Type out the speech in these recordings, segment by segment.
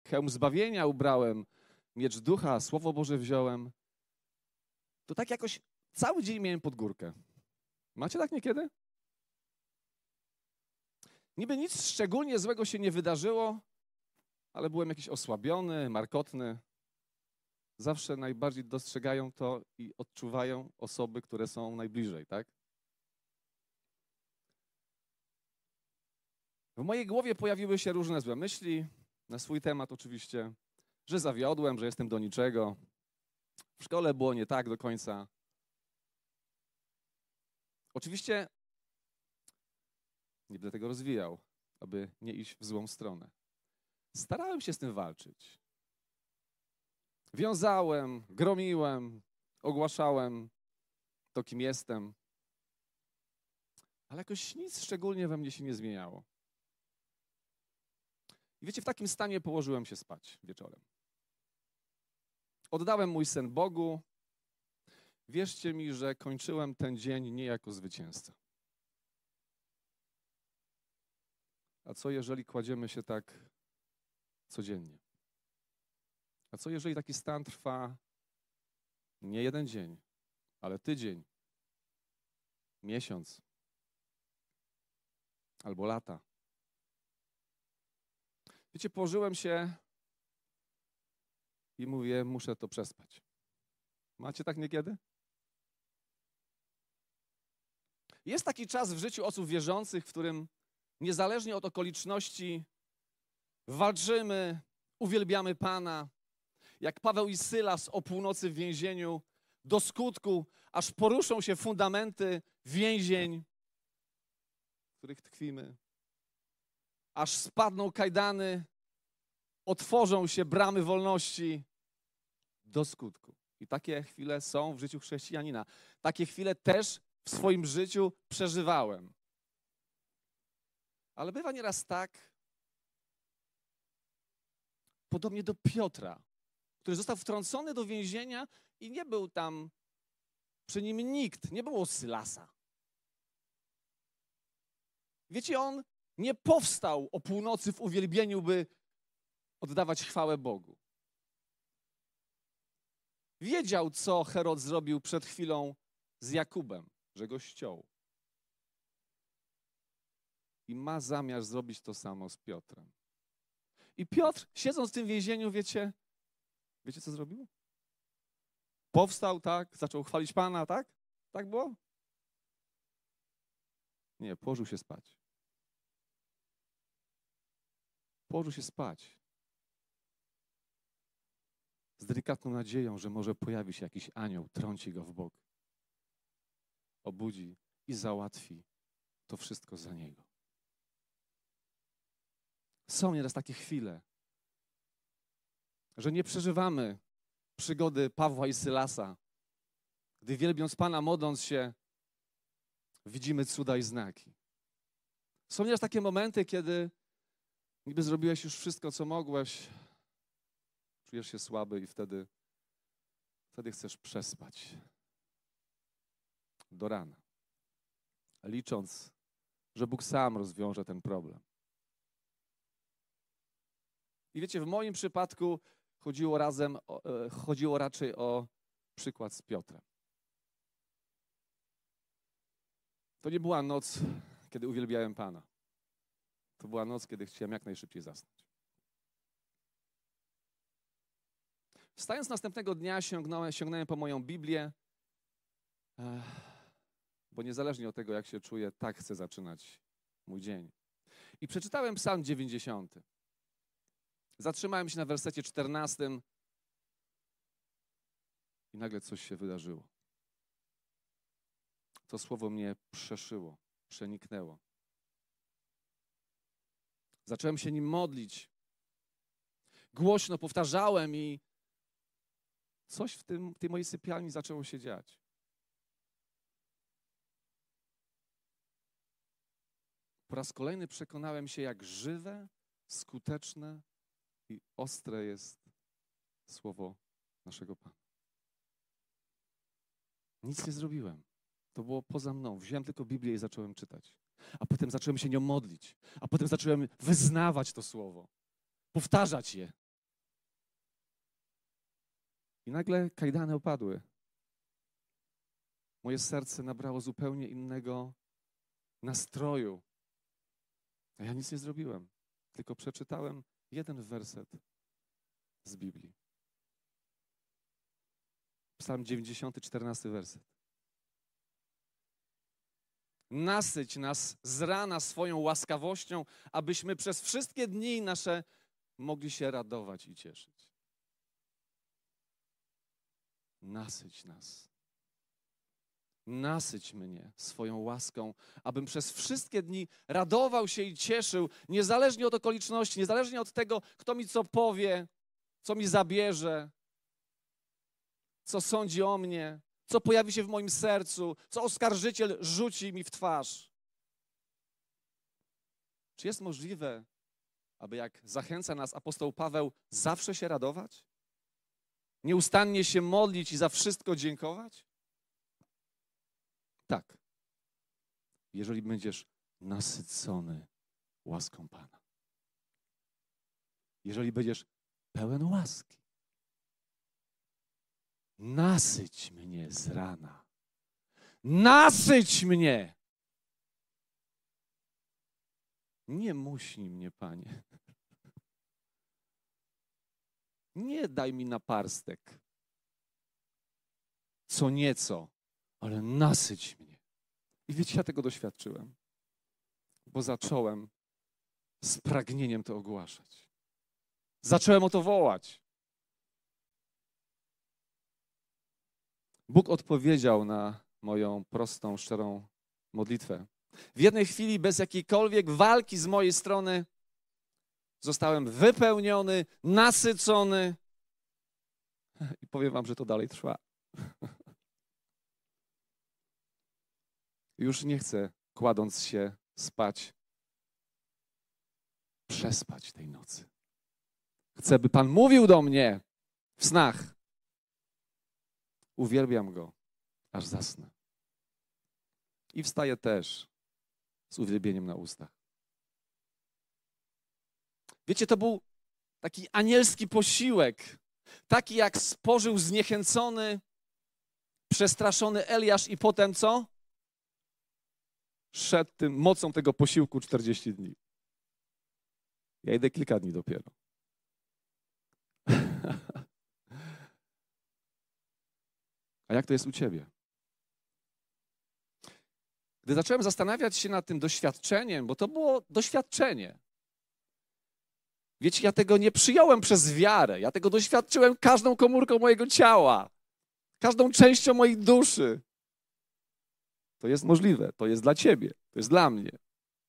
hełm zbawienia ubrałem, miecz ducha, Słowo Boże wziąłem, to tak jakoś cały dzień miałem pod górkę. Macie tak niekiedy? Niby nic szczególnie złego się nie wydarzyło, ale byłem jakiś osłabiony, markotny. Zawsze najbardziej dostrzegają to i odczuwają osoby, które są najbliżej, tak? W mojej głowie pojawiły się różne złe myśli, na swój temat oczywiście, że zawiodłem, że jestem do niczego. W szkole było nie tak do końca. Oczywiście nie będę tego rozwijał, aby nie iść w złą stronę. Starałem się z tym walczyć. Wiązałem, gromiłem, ogłaszałem to, kim jestem. Ale jakoś nic szczególnie we mnie się nie zmieniało. I wiecie, w takim stanie położyłem się spać wieczorem. Oddałem mój sen Bogu. Wierzcie mi, że kończyłem ten dzień nie jako zwycięzca. A co jeżeli kładziemy się tak codziennie? A co jeżeli taki stan trwa nie jeden dzień, ale tydzień, miesiąc albo lata? Wiecie, położyłem się i mówię, muszę to przespać. Macie tak niekiedy? Jest taki czas w życiu osób wierzących, w którym niezależnie od okoliczności walczymy, uwielbiamy Pana. Jak Paweł i Sylas o północy w więzieniu, do skutku, aż poruszą się fundamenty więzień, w których tkwimy. Aż spadną kajdany, otworzą się bramy wolności do skutku. I takie chwile są w życiu chrześcijanina. Takie chwile też w swoim życiu przeżywałem. Ale bywa nieraz tak, podobnie do Piotra, który został wtrącony do więzienia i nie był tam przy nim nikt, nie było Sylasa. Wiecie, on nie powstał o północy w uwielbieniu, by oddawać chwałę Bogu. Wiedział, co Herod zrobił przed chwilą z Jakubem, że go ściął. I ma zamiar zrobić to samo z Piotrem. I Piotr, siedząc w tym więzieniu, wiecie co zrobił? Powstał, tak? Zaczął chwalić Pana, tak? Tak było? Nie, położył się spać. Położył się spać. Z delikatną nadzieją, że może pojawi się jakiś anioł, trąci go w bok. Obudzi i załatwi to wszystko za niego. Są nieraz takie chwile, że nie przeżywamy przygody Pawła i Sylasa, gdy wielbiąc Pana, modląc się, widzimy cuda i znaki. Są nieraz takie momenty, kiedy niby zrobiłeś już wszystko, co mogłeś, czujesz się słaby i wtedy chcesz przespać do rana, licząc, że Bóg sam rozwiąże ten problem. I wiecie, w moim przypadku chodziło raczej o przykład z Piotrem. To nie była noc, kiedy uwielbiałem Pana. To była noc, kiedy chciałem jak najszybciej zasnąć. Wstając następnego dnia sięgnąłem po moją Biblię, bo niezależnie od tego, jak się czuję, tak chcę zaczynać mój dzień. I przeczytałem Psalm 90. Zatrzymałem się na wersecie 14 i nagle coś się wydarzyło. To słowo mnie przeszyło, przeniknęło. Zacząłem się nim modlić. Głośno powtarzałem i coś w tej mojej sypialni zaczęło się dziać. Po raz kolejny przekonałem się, jak żywe, skuteczne i ostre jest słowo naszego Pana. Nic nie zrobiłem. To było poza mną. Wziąłem tylko Biblię i zacząłem czytać. A potem zacząłem się nią modlić. A potem zacząłem wyznawać to słowo. Powtarzać je. I nagle kajdany opadły. Moje serce nabrało zupełnie innego nastroju. A ja nic nie zrobiłem, tylko przeczytałem jeden werset z Biblii. Psalm 90, 14 werset. Nasyć nas z rana swoją łaskawością, abyśmy przez wszystkie dni nasze mogli się radować i cieszyć. Nasyć nas. Nasyć mnie swoją łaską, abym przez wszystkie dni radował się i cieszył, niezależnie od okoliczności, niezależnie od tego, kto mi co powie, co mi zabierze, co sądzi o mnie, co pojawi się w moim sercu, co oskarżyciel rzuci mi w twarz. Czy jest możliwe, aby jak zachęca nas apostoł Paweł, zawsze się radować? Nieustannie się modlić i za wszystko dziękować? Tak. Jeżeli będziesz nasycony łaską Pana. Jeżeli będziesz pełen łaski. Nasyć mnie z rana. Nasyć mnie! Nie muśnij mnie, Panie. Nie daj mi naparstek. Co nieco, ale nasyć mnie. I wiecie, ja tego doświadczyłem, bo zacząłem z pragnieniem to ogłaszać. Zacząłem o to wołać. Bóg odpowiedział na moją prostą, szczerą modlitwę. W jednej chwili, bez jakiejkolwiek walki z mojej strony, zostałem wypełniony, nasycony. I powiem wam, że to dalej trwa. Już nie chcę, kładąc się spać, przespać tej nocy. Chcę, by Pan mówił do mnie w snach. Uwielbiam Go, aż zasnę. I wstaję też z uwielbieniem na ustach. Wiecie, to był taki anielski posiłek, taki jak spożył zniechęcony, przestraszony Eliasz i potem co? Szedł tym mocą tego posiłku 40 dni. Ja idę kilka dni dopiero. A jak to jest u ciebie? Gdy zacząłem zastanawiać się nad tym doświadczeniem, bo to było doświadczenie. Wiecie, ja tego nie przyjąłem przez wiarę. Ja tego doświadczyłem każdą komórką mojego ciała, każdą częścią mojej duszy. To jest możliwe, to jest dla ciebie, to jest dla mnie.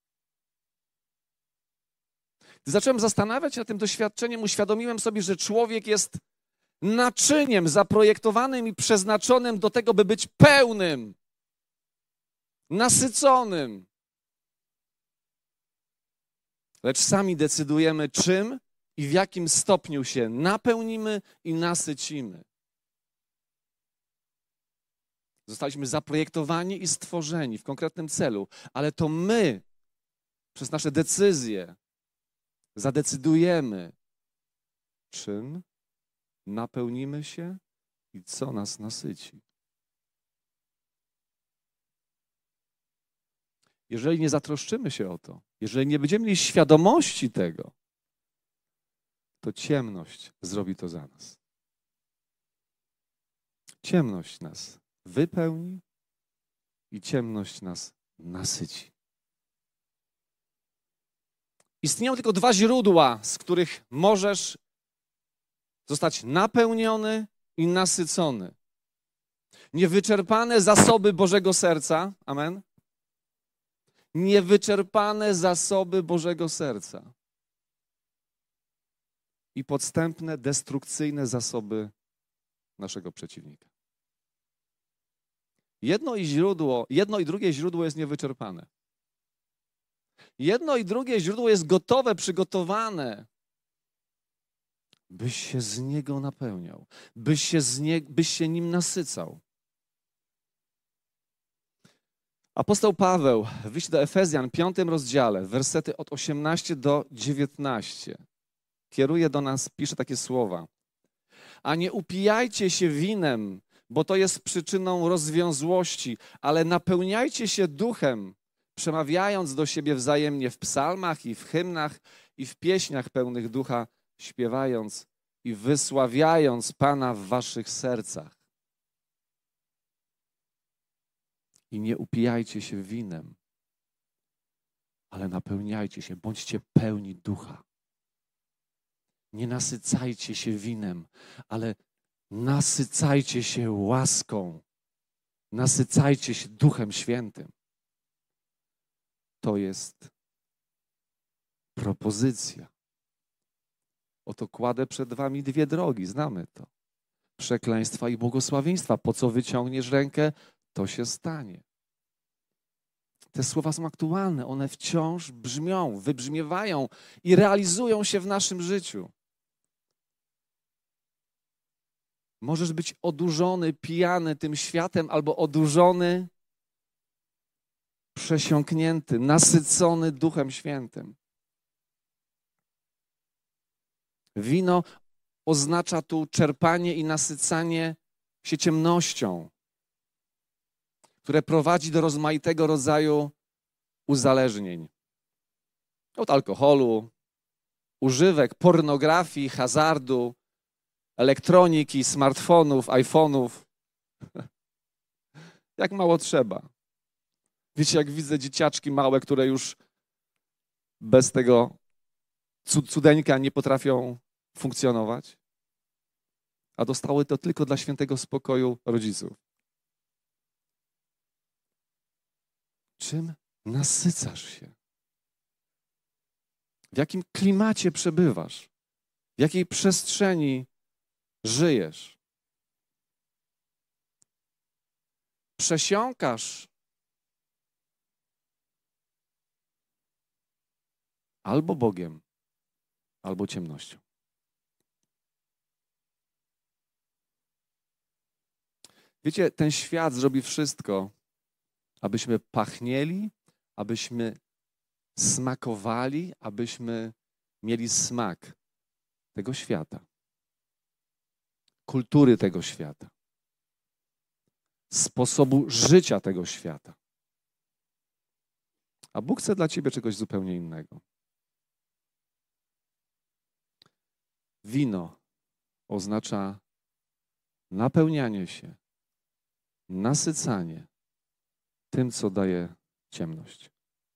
Gdy zacząłem zastanawiać się nad tym doświadczeniem, uświadomiłem sobie, że człowiek jest naczyniem zaprojektowanym i przeznaczonym do tego, by być pełnym, nasyconym. Lecz sami decydujemy, czym i w jakim stopniu się napełnimy i nasycimy. Zostaliśmy zaprojektowani i stworzeni w konkretnym celu, ale to my przez nasze decyzje zadecydujemy, czym napełnimy się i co nas nasyci. Jeżeli nie zatroszczymy się o to, jeżeli nie będziemy mieli świadomości tego, to ciemność zrobi to za nas. Ciemność nas wypełni i ciemność nas nasyci. Istnieją tylko dwa źródła, z których możesz zostać napełniony i nasycony. Niewyczerpane zasoby Bożego serca. Amen. Niewyczerpane zasoby Bożego serca. I podstępne, destrukcyjne zasoby naszego przeciwnika. Jedno i drugie źródło jest niewyczerpane. Jedno i drugie źródło jest gotowe, przygotowane, byś się z niego napełniał, byś się nim nasycał. Apostoł Paweł w liście do Efezjan, 5 rozdziale, wersety od 18 do 19, kieruje do nas, pisze takie słowa. A nie upijajcie się winem, bo to jest przyczyną rozwiązłości, ale napełniajcie się duchem, przemawiając do siebie wzajemnie w psalmach i w hymnach i w pieśniach pełnych ducha, śpiewając i wysławiając Pana w waszych sercach. I nie upijajcie się winem, ale napełniajcie się, bądźcie pełni ducha. Nie nasycajcie się winem, ale nasycajcie się łaską. Nasycajcie się Duchem Świętym. To jest propozycja. Oto kładę przed wami dwie drogi, znamy to. Przekleństwa i błogosławieństwa. Po co wyciągniesz rękę, to się stanie. Te słowa są aktualne, one wciąż brzmią, wybrzmiewają i realizują się w naszym życiu. Możesz być odurzony, pijany tym światem, albo odurzony, przesiąknięty, nasycony Duchem Świętym. Wino oznacza tu czerpanie i nasycanie się ciemnością, które prowadzi do rozmaitego rodzaju uzależnień. Od alkoholu, używek, pornografii, hazardu, elektroniki, smartfonów, iPhone'ów. Jak mało trzeba. Wiecie, jak widzę dzieciaczki małe, które już bez tego cudeńka nie potrafią funkcjonować, a dostały to tylko dla świętego spokoju rodziców. Czym nasycasz się? W jakim klimacie przebywasz? W jakiej przestrzeni żyjesz? Przesiąkasz albo Bogiem, albo ciemnością. Wiecie, ten świat zrobi wszystko, abyśmy pachnieli, abyśmy smakowali, abyśmy mieli smak tego świata, kultury tego świata, sposobu życia tego świata. A Bóg chce dla ciebie czegoś zupełnie innego. Wino oznacza napełnianie się, nasycanie tym, co daje ciemność.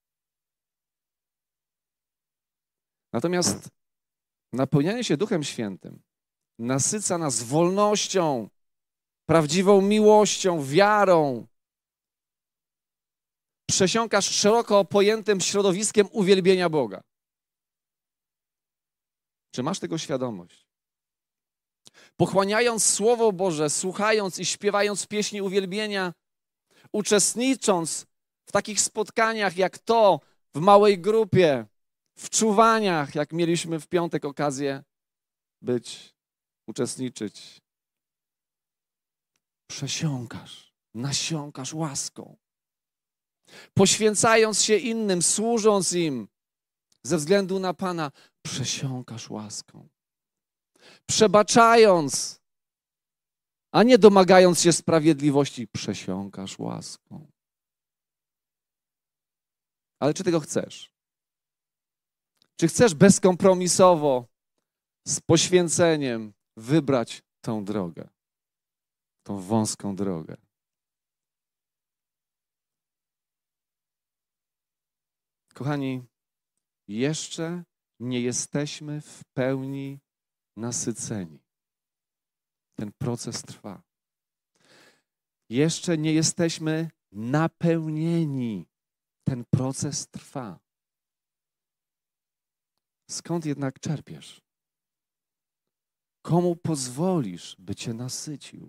Natomiast napełnianie się Duchem Świętym nasyca nas wolnością, prawdziwą miłością, wiarą. Przesiąkasz szeroko pojętym środowiskiem uwielbienia Boga. Czy masz tego świadomość? Pochłaniając Słowo Boże, słuchając i śpiewając pieśni uwielbienia, uczestnicząc w takich spotkaniach jak to, w małej grupie, w czuwaniach, jak mieliśmy w piątek okazję uczestniczyć. Przesiąkasz, nasiąkasz łaską. Poświęcając się innym, służąc im, ze względu na Pana, przesiąkasz łaską. Przebaczając, a nie domagając się sprawiedliwości, przesiąkasz łaską. Ale czy tego chcesz? Czy chcesz bezkompromisowo, z poświęceniem wybrać tą drogę, tą wąską drogę? Kochani, jeszcze nie jesteśmy w pełni nasyceni. Ten proces trwa. Jeszcze nie jesteśmy napełnieni. Ten proces trwa. Skąd jednak czerpiesz? Komu pozwolisz, by cię nasycił?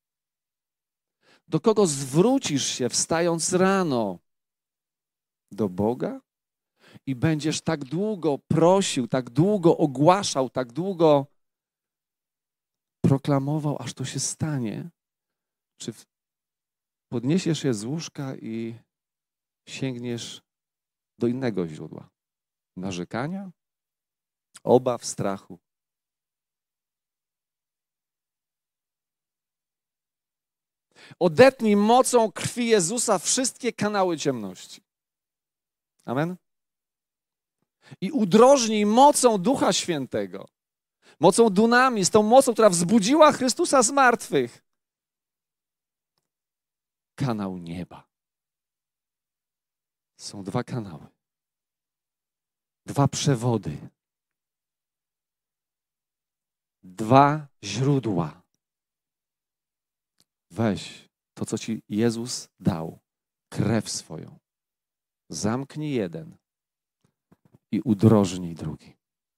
Do kogo zwrócisz się, wstając rano? Do Boga? I będziesz tak długo prosił, tak długo ogłaszał, tak długo proklamował, aż to się stanie? Czy podniesiesz się z łóżka i sięgniesz do innego źródła? Narzekania? Obaw, strachu? Odetnij mocą krwi Jezusa wszystkie kanały ciemności. Amen? I udrożnij mocą Ducha Świętego, mocą dunamis, tą mocą, która wzbudziła Chrystusa z martwych, kanał nieba. Są dwa kanały, dwa przewody, dwa źródła. Weź to, co ci Jezus dał, krew swoją. Zamknij jeden i udrożnij drugi.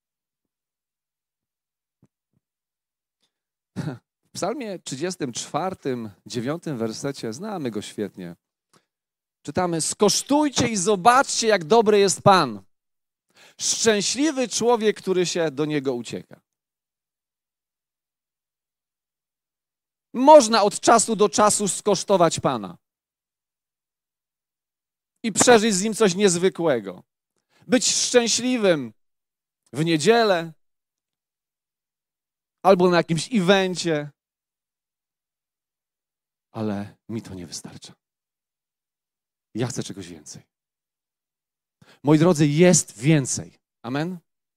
W psalmie 34, 9 wersecie, znamy go świetnie, czytamy: skosztujcie i zobaczcie, jak dobry jest Pan. Szczęśliwy człowiek, który się do Niego ucieka. Można od czasu do czasu skosztować Pana i przeżyć z Nim coś niezwykłego. Być szczęśliwym w niedzielę albo na jakimś evencie, ale mi to nie wystarcza. Ja chcę czegoś więcej. Moi drodzy, jest więcej. Amen?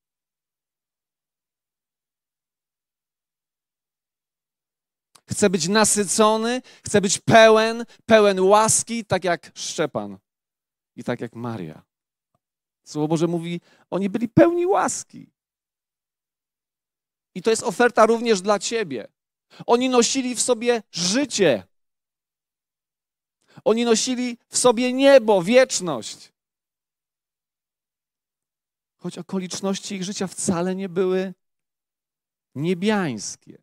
Chcę być nasycony, chcę być pełen łaski, tak jak Szczepan i tak jak Maria. Słowo Boże mówi, oni byli pełni łaski. I to jest oferta również dla ciebie. Oni nosili w sobie życie. Oni nosili w sobie niebo, wieczność. Choć okoliczności ich życia wcale nie były niebiańskie.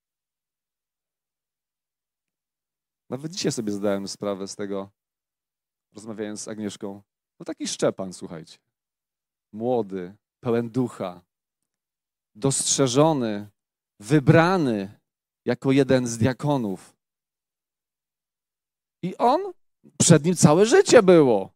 Nawet dzisiaj sobie zdałem sprawę z tego, rozmawiając z Agnieszką. No taki Szczepan, słuchajcie. Młody, pełen ducha, dostrzeżony, wybrany jako jeden z diakonów. I on, przed nim całe życie było.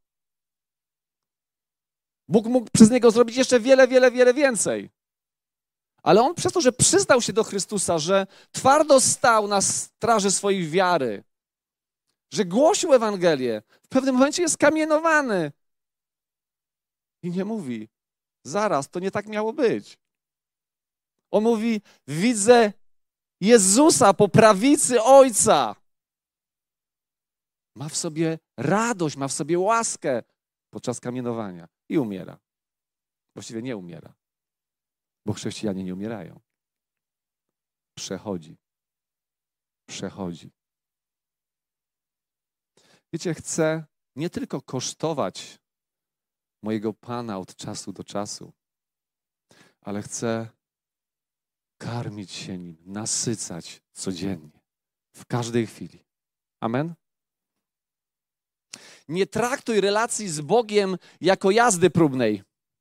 Bóg mógł przez niego zrobić jeszcze wiele więcej. Ale on przez to, że przyznał się do Chrystusa, że twardo stał na straży swojej wiary, że głosił Ewangelię, w pewnym momencie jest kamienowany. I nie mówi, zaraz, to nie tak miało być. On mówi, widzę Jezusa po prawicy Ojca. Ma w sobie radość, ma w sobie łaskę podczas kamienowania i umiera. Właściwie nie umiera, bo chrześcijanie nie umierają. Przechodzi. Wiecie, chcę nie tylko kosztować mojego Pana od czasu do czasu, ale chcę karmić się Nim, nasycać codziennie, w każdej chwili. Amen? Nie traktuj relacji z Bogiem jako jazdy próbnej.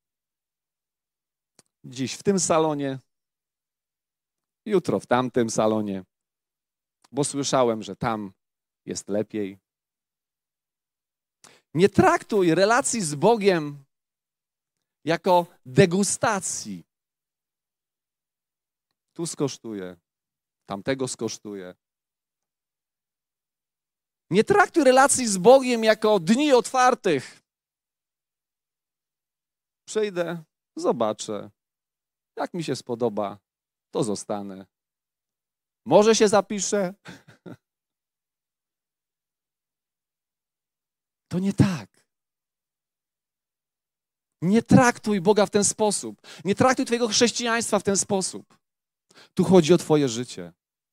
Dziś w tym salonie, jutro w tamtym salonie, bo słyszałem, że tam jest lepiej. Nie traktuj relacji z Bogiem jako degustacji. Tu skosztuję, tamtego skosztuję. Nie traktuj relacji z Bogiem jako dni otwartych. Przyjdę, zobaczę. Jak mi się spodoba, to zostanę. Może się zapiszę. To nie tak. Nie traktuj Boga w ten sposób. Nie traktuj twojego chrześcijaństwa w ten sposób. Tu chodzi o twoje życie.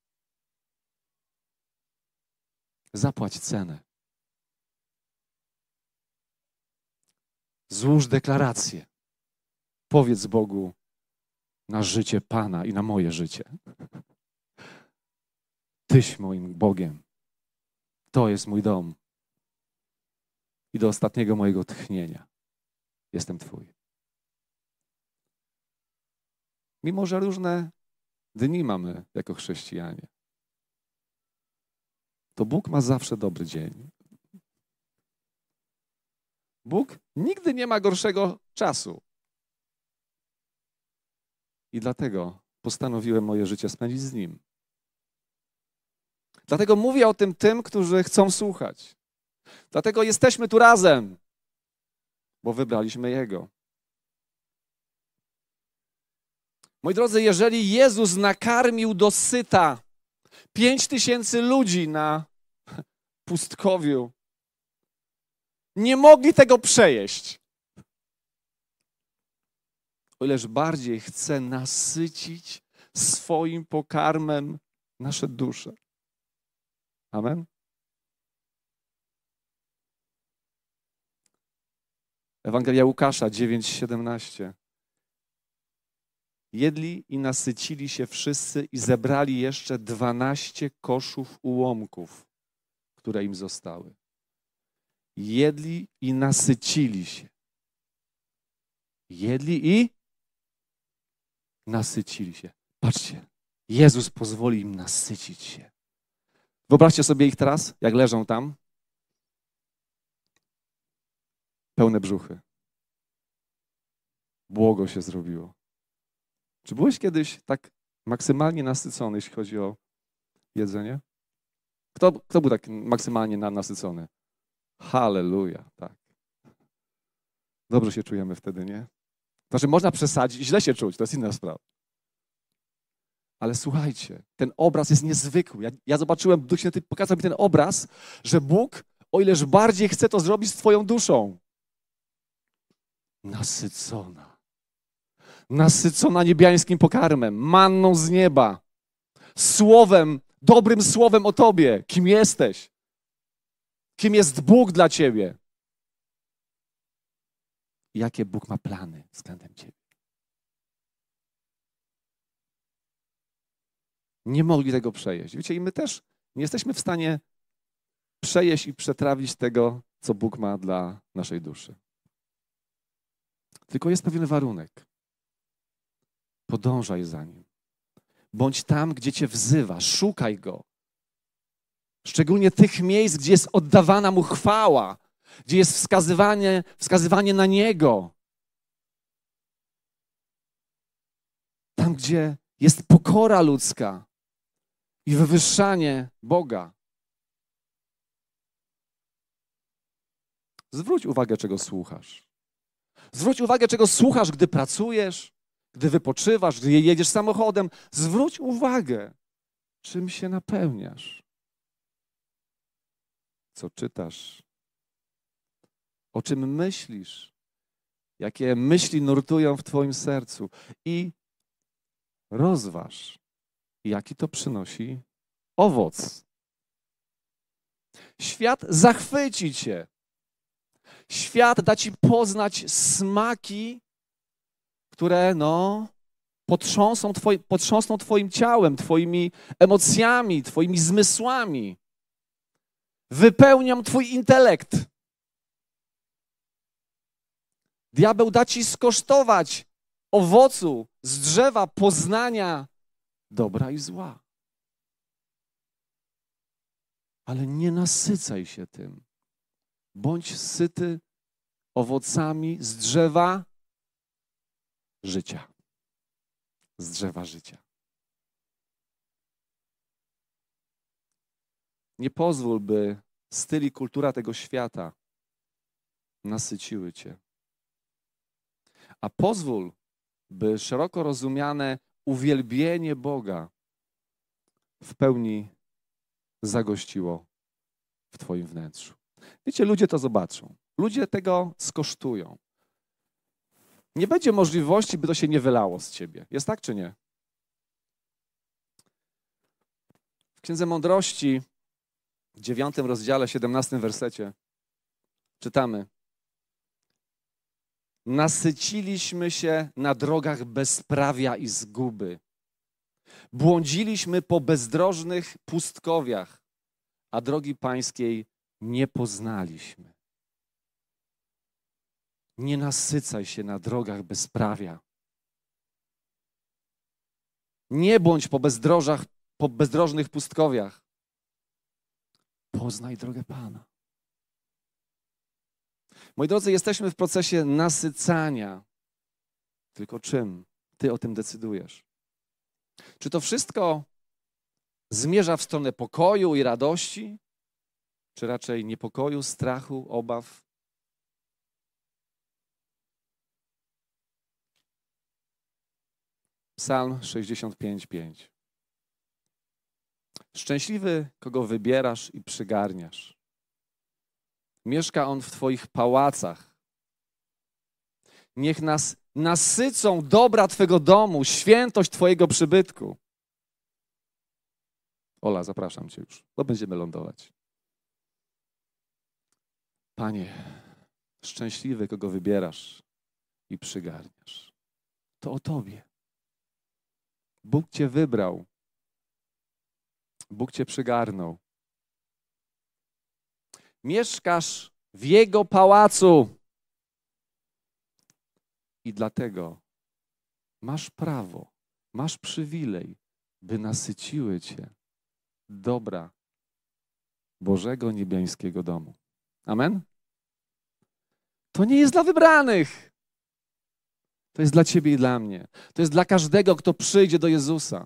Zapłać cenę. Złóż deklarację. Powiedz Bogu na życie Pana i na moje życie. Tyś moim Bogiem. To jest mój dom. I do ostatniego mojego tchnienia jestem Twój. Mimo że różne dni mamy jako chrześcijanie, to Bóg ma zawsze dobry dzień. Bóg nigdy nie ma gorszego czasu. I dlatego postanowiłem moje życie spędzić z Nim. Dlatego mówię o tym, którzy chcą słuchać. Dlatego jesteśmy tu razem, bo wybraliśmy Jego. Moi drodzy, jeżeli Jezus nakarmił do syta 5000 ludzi na pustkowiu, nie mogli tego przejeść. O ileż bardziej chce nasycić swoim pokarmem nasze dusze. Amen? Ewangelia Łukasza 9:17. Jedli i nasycili się wszyscy i zebrali jeszcze 12 koszów ułomków, które im zostały. Jedli i nasycili się. Jedli i nasycili się. Patrzcie, Jezus pozwoli im nasycić się. Wyobraźcie sobie ich teraz, jak leżą tam. Pełne brzuchy. Błogo się zrobiło. Czy byłeś kiedyś tak maksymalnie nasycony, jeśli chodzi o jedzenie? Kto był tak maksymalnie nasycony? Halleluja, tak. Dobrze się czujemy wtedy, nie? Znaczy można przesadzić, źle się czuć, to jest inna sprawa. Ale słuchajcie, ten obraz jest niezwykły. Ja zobaczyłem, Duch Święty pokazał mi ten obraz, że Bóg, o ileż bardziej chce to zrobić z twoją duszą. Nasycona. Nasycona niebiańskim pokarmem, manną z nieba, słowem, dobrym słowem o tobie, kim jesteś, kim jest Bóg dla ciebie. Jakie Bóg ma plany względem ciebie. Nie mogli tego przejeść. Wiecie, i my też nie jesteśmy w stanie przejeść i przetrawić tego, co Bóg ma dla naszej duszy. Tylko jest pewien warunek. Podążaj za Nim. Bądź tam, gdzie Cię wzywa. Szukaj Go. Szczególnie tych miejsc, gdzie jest oddawana Mu chwała, gdzie jest wskazywanie na Niego. Tam, gdzie jest pokora ludzka i wywyższanie Boga. Zwróć uwagę, czego słuchasz. Zwróć uwagę, czego słuchasz, gdy pracujesz, gdy wypoczywasz, gdy jedziesz samochodem. Zwróć uwagę, czym się napełniasz. Co czytasz? O czym myślisz? Jakie myśli nurtują w twoim sercu? I rozważ, jaki to przynosi owoc. Świat zachwyci cię. Świat da ci poznać smaki, które potrząsną twoim ciałem, twoimi emocjami, twoimi zmysłami. Wypełnią twój intelekt. Diabeł da ci skosztować owocu z drzewa poznania dobra i zła. Ale nie nasycaj się tym. Bądź syty owocami z drzewa życia. Z drzewa życia. Nie pozwól, by styl i kultura tego świata nasyciły cię. A pozwól, by szeroko rozumiane uwielbienie Boga w pełni zagościło w twoim wnętrzu. Wiecie, ludzie to zobaczą. Ludzie tego skosztują. Nie będzie możliwości, by to się nie wylało z ciebie. Jest tak czy nie? W Księdze Mądrości, w 9 rozdziale, 17 wersecie czytamy: nasyciliśmy się na drogach bezprawia i zguby. Błądziliśmy po bezdrożnych pustkowiach, a drogi Pańskiej nie poznaliśmy. Nie nasycaj się na drogach bezprawia. Nie bądź po bezdrożnych pustkowiach. Poznaj drogę Pana. Moi drodzy, jesteśmy w procesie nasycania. Tylko czym? Ty o tym decydujesz. Czy to wszystko zmierza w stronę pokoju i radości, czy raczej niepokoju, strachu, obaw? Psalm 65:5. Szczęśliwy, kogo wybierasz i przygarniasz. Mieszka on w Twoich pałacach. Niech nas nasycą dobra Twego domu, świętość Twojego przybytku. Ola, zapraszam Cię już, bo będziemy lądować. Panie, szczęśliwy, kogo wybierasz i przygarniasz. To o Tobie. Bóg Cię wybrał. Bóg Cię przygarnął. Mieszkasz w Jego pałacu. I dlatego masz prawo, masz przywilej, by nasyciły Cię dobra Bożego niebiańskiego domu. Amen? To nie jest dla wybranych. To jest dla Ciebie i dla mnie. To jest dla każdego, kto przyjdzie do Jezusa.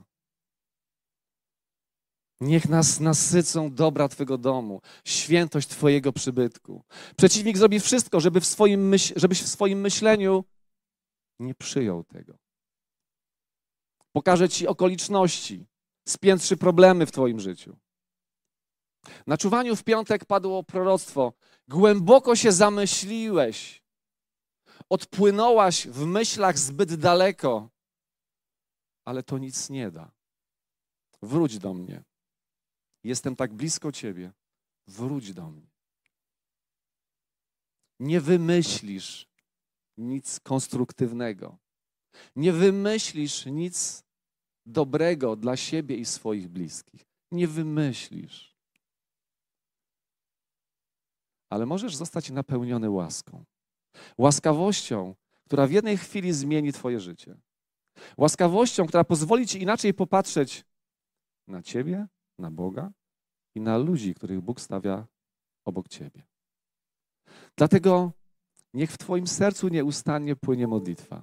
Niech nas nasycą dobra Twego domu, świętość Twojego przybytku. Przeciwnik zrobi wszystko, żebyś w swoim myśleniu nie przyjął tego. Pokaże Ci okoliczności, spiętrzy problemy w Twoim życiu. Na czuwaniu w piątek padło proroctwo. Głęboko się zamyśliłeś. Odpłynąłaś w myślach zbyt daleko, ale to nic nie da. Wróć do mnie. Jestem tak blisko Ciebie. Wróć do mnie. Nie wymyślisz nic konstruktywnego. Nie wymyślisz nic dobrego dla siebie i swoich bliskich. Nie wymyślisz. Ale możesz zostać napełniony łaską. Łaskawością, która w jednej chwili zmieni Twoje życie. Łaskawością, która pozwoli Ci inaczej popatrzeć na Ciebie, na Boga i na ludzi, których Bóg stawia obok Ciebie. Dlatego niech w Twoim sercu nieustannie płynie modlitwa.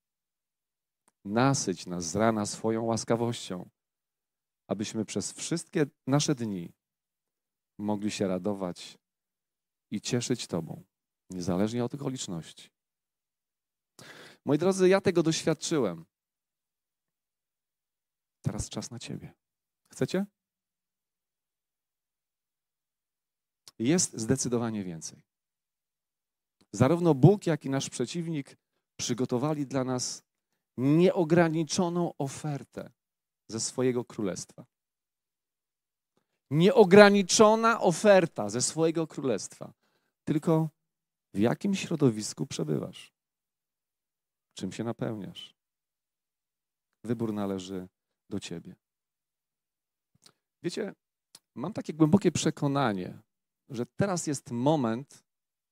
Nasyć nas z rana swoją łaskawością, abyśmy przez wszystkie nasze dni mogli się radować i cieszyć Tobą, niezależnie od okoliczności. Moi drodzy, ja tego doświadczyłem. Teraz czas na Ciebie. Chcecie? Jest zdecydowanie więcej. Zarówno Bóg, jak i nasz przeciwnik przygotowali dla nas nieograniczoną ofertę ze swojego królestwa. Nieograniczona oferta ze swojego królestwa. Tylko w jakim środowisku przebywasz? Czym się napełniasz? Wybór należy do Ciebie. Wiecie, mam takie głębokie przekonanie, że teraz jest moment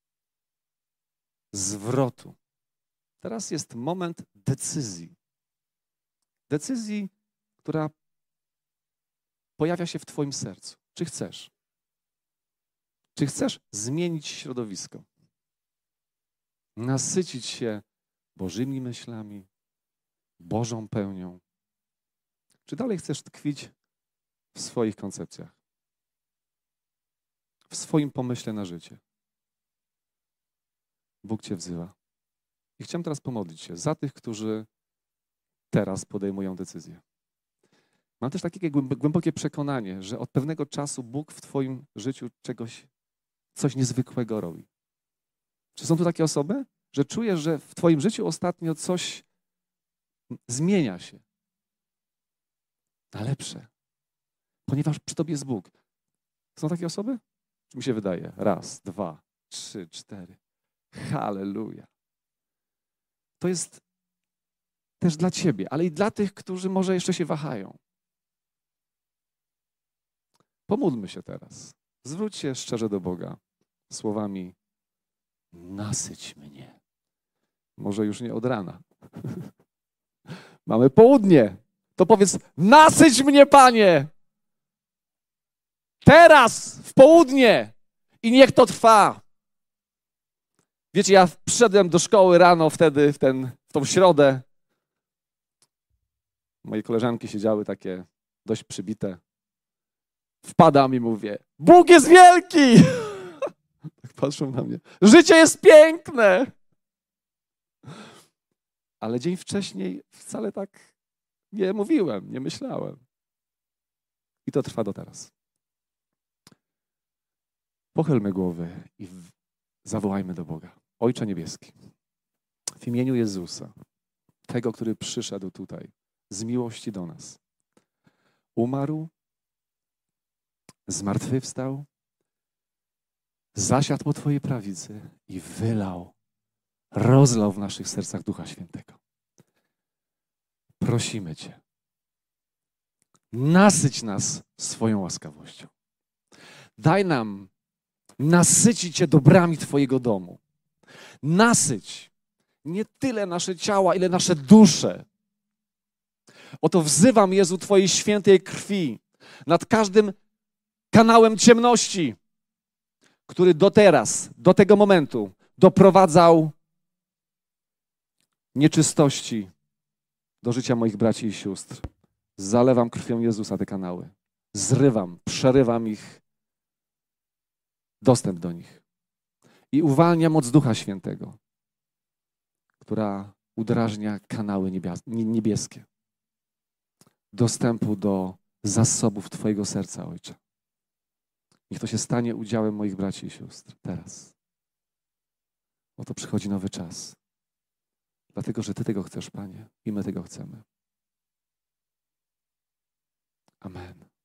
zwrotu. Teraz jest moment decyzji. Decyzji, która pojawia się w Twoim sercu. Czy chcesz? Czy chcesz zmienić środowisko? Nasycić się Bożymi myślami, Bożą pełnią? Czy dalej chcesz tkwić w swoich koncepcjach? W swoim pomyśle na życie? Bóg Cię wzywa. I chciałem teraz pomodlić się za tych, którzy teraz podejmują decyzję. Mam też takie głębokie przekonanie, że od pewnego czasu Bóg w Twoim życiu coś niezwykłego robi. Czy są tu takie osoby, że czujesz, że w Twoim życiu ostatnio coś zmienia się na lepsze, ponieważ przy Tobie jest Bóg. Są takie osoby? Czy mi się wydaje? 1, 2, 3, 4. Halleluja. To jest też dla Ciebie, ale i dla tych, którzy może jeszcze się wahają. Pomódlmy się teraz. Zwróć się szczerze do Boga słowami: nasyć mnie. Może już nie od rana. Mamy południe. To powiedz: nasyć mnie, Panie. Teraz, w południe. I niech to trwa. Wiecie, ja przyszedłem do szkoły rano wtedy, w tą środę. Moje koleżanki siedziały takie dość przybite. Wpadam i mówię, Bóg jest wielki! Tak patrzą na mnie. Życie jest piękne! Ale dzień wcześniej wcale tak nie mówiłem, nie myślałem. I to trwa do teraz. Pochylmy głowy i zawołajmy do Boga. Ojcze Niebieski, w imieniu Jezusa, tego, który przyszedł tutaj z miłości do nas, umarł, zmartwychwstał, zasiadł po Twojej prawicy i rozlał w naszych sercach Ducha Świętego. Prosimy Cię, nasyć nas swoją łaskawością. Daj nam nasycić Cię dobrami Twojego domu. Nasyć nie tyle nasze ciała, ile nasze dusze. Oto wzywam, Jezu, Twojej świętej krwi nad każdym kanałem ciemności, który do tego momentu doprowadzał nieczystości do życia moich braci i sióstr. Zalewam krwią Jezusa te kanały. Zrywam, przerywam ich dostęp do nich. I uwalnia moc Ducha Świętego, która udrażnia kanały niebieskie. Dostępu do zasobów Twojego serca, Ojcze. Niech to się stanie udziałem moich braci i sióstr teraz. Oto przychodzi nowy czas. Dlatego, że Ty tego chcesz, Panie, i my tego chcemy. Amen.